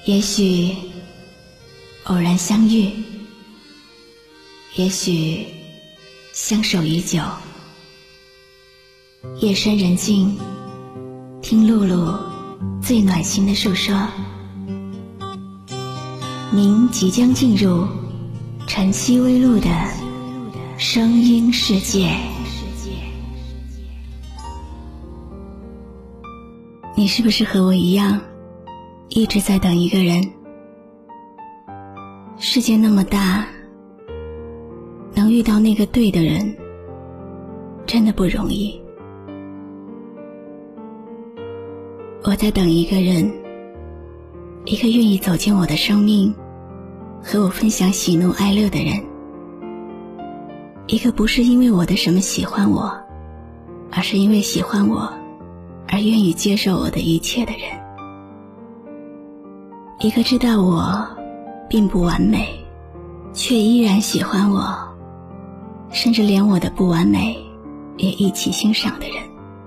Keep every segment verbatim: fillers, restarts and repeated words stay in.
也许偶然相遇，也许相守已久。夜深人静，听露露最暖心的诉说。您即将进入晨曦微露的声音世界。你是不是和我一样，一直在等一个人？世界那么大，能遇到那个对的人，真的不容易。我在等一个人，一个愿意走进我的生命，和我分享喜怒哀乐的人，一个不是因为我的什么喜欢我，而是因为喜欢我而愿意接受我的一切的人，一个知道我并不完美，却依然喜欢我，甚至连我的不完美也一起欣赏的人，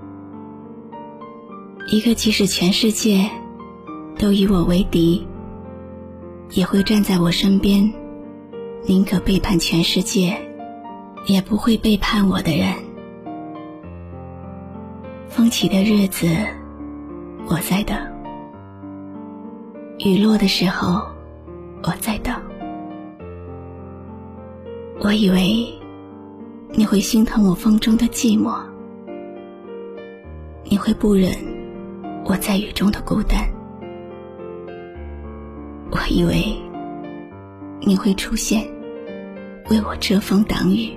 一个即使全世界都以我为敌，也会站在我身边，宁可背叛全世界也不会背叛我的人。风起的日子我在等，雨落的时候我在等。我以为你会心疼我风中的寂寞，你会不忍我在雨中的孤单，我以为你会出现为我遮风挡雨，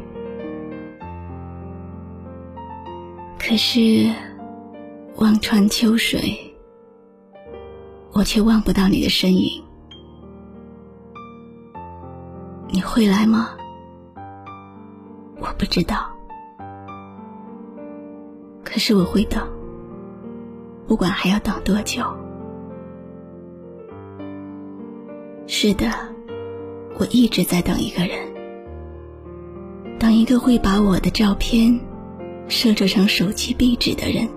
可是望穿秋水，我却望不到你的身影。你会来吗？我不知道，可是我会等，不管还要等多久。是的，我一直在等一个人，等一个会把我的照片设置成手机壁纸的人，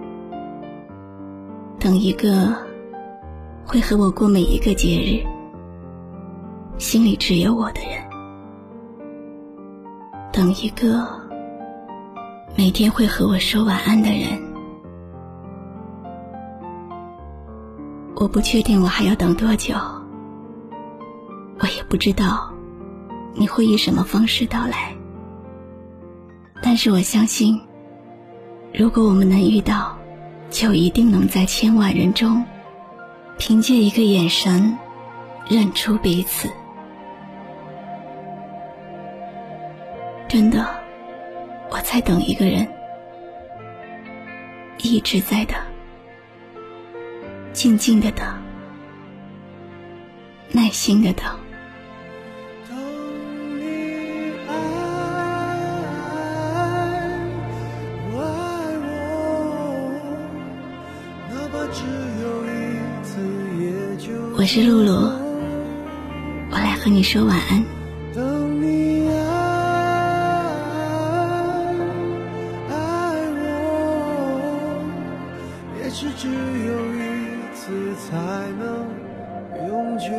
等一个会和我过每一个节日，心里只有我的人，等一个每天会和我说晚安的人。我不确定我还要等多久，我也不知道你会以什么方式到来，但是我相信，如果我们能遇到，就一定能在千万人中凭借一个眼神认出彼此。真的，我在等一个人，一直在等，静静的等，耐心的等。 当你爱我爱我，哪怕只有一次也就够。 我是露露，我来和你说晚安。 当你爱爱我，也许只有一次才能永久。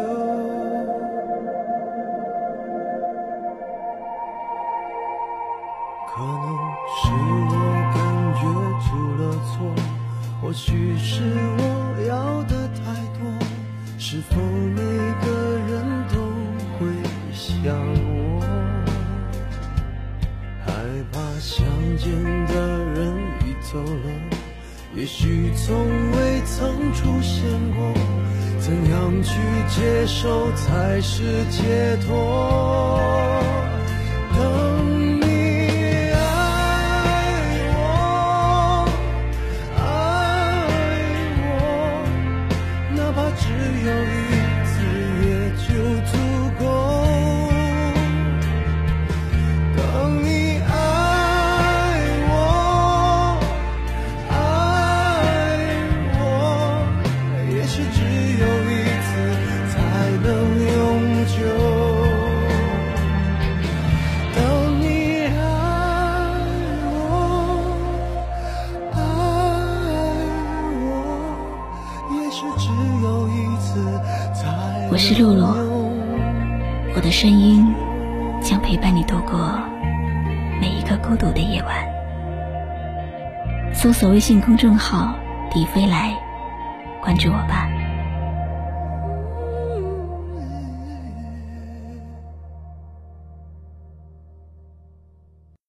可能是我感觉出了错，或许是我要的太多，是否每个人都会像我，害怕相见的人已走了，也许从未曾出现过，怎样去接受才是解脱？等你爱我，爱我，哪怕只有一次也就足够。等你爱我，爱我，也许只有一次才能永久。等你爱我，爱我，也许只有一次才我是露露，我的声音将陪伴你度过每一个孤独的夜晚。搜索微信公众号“迪飞来”，关注我吧。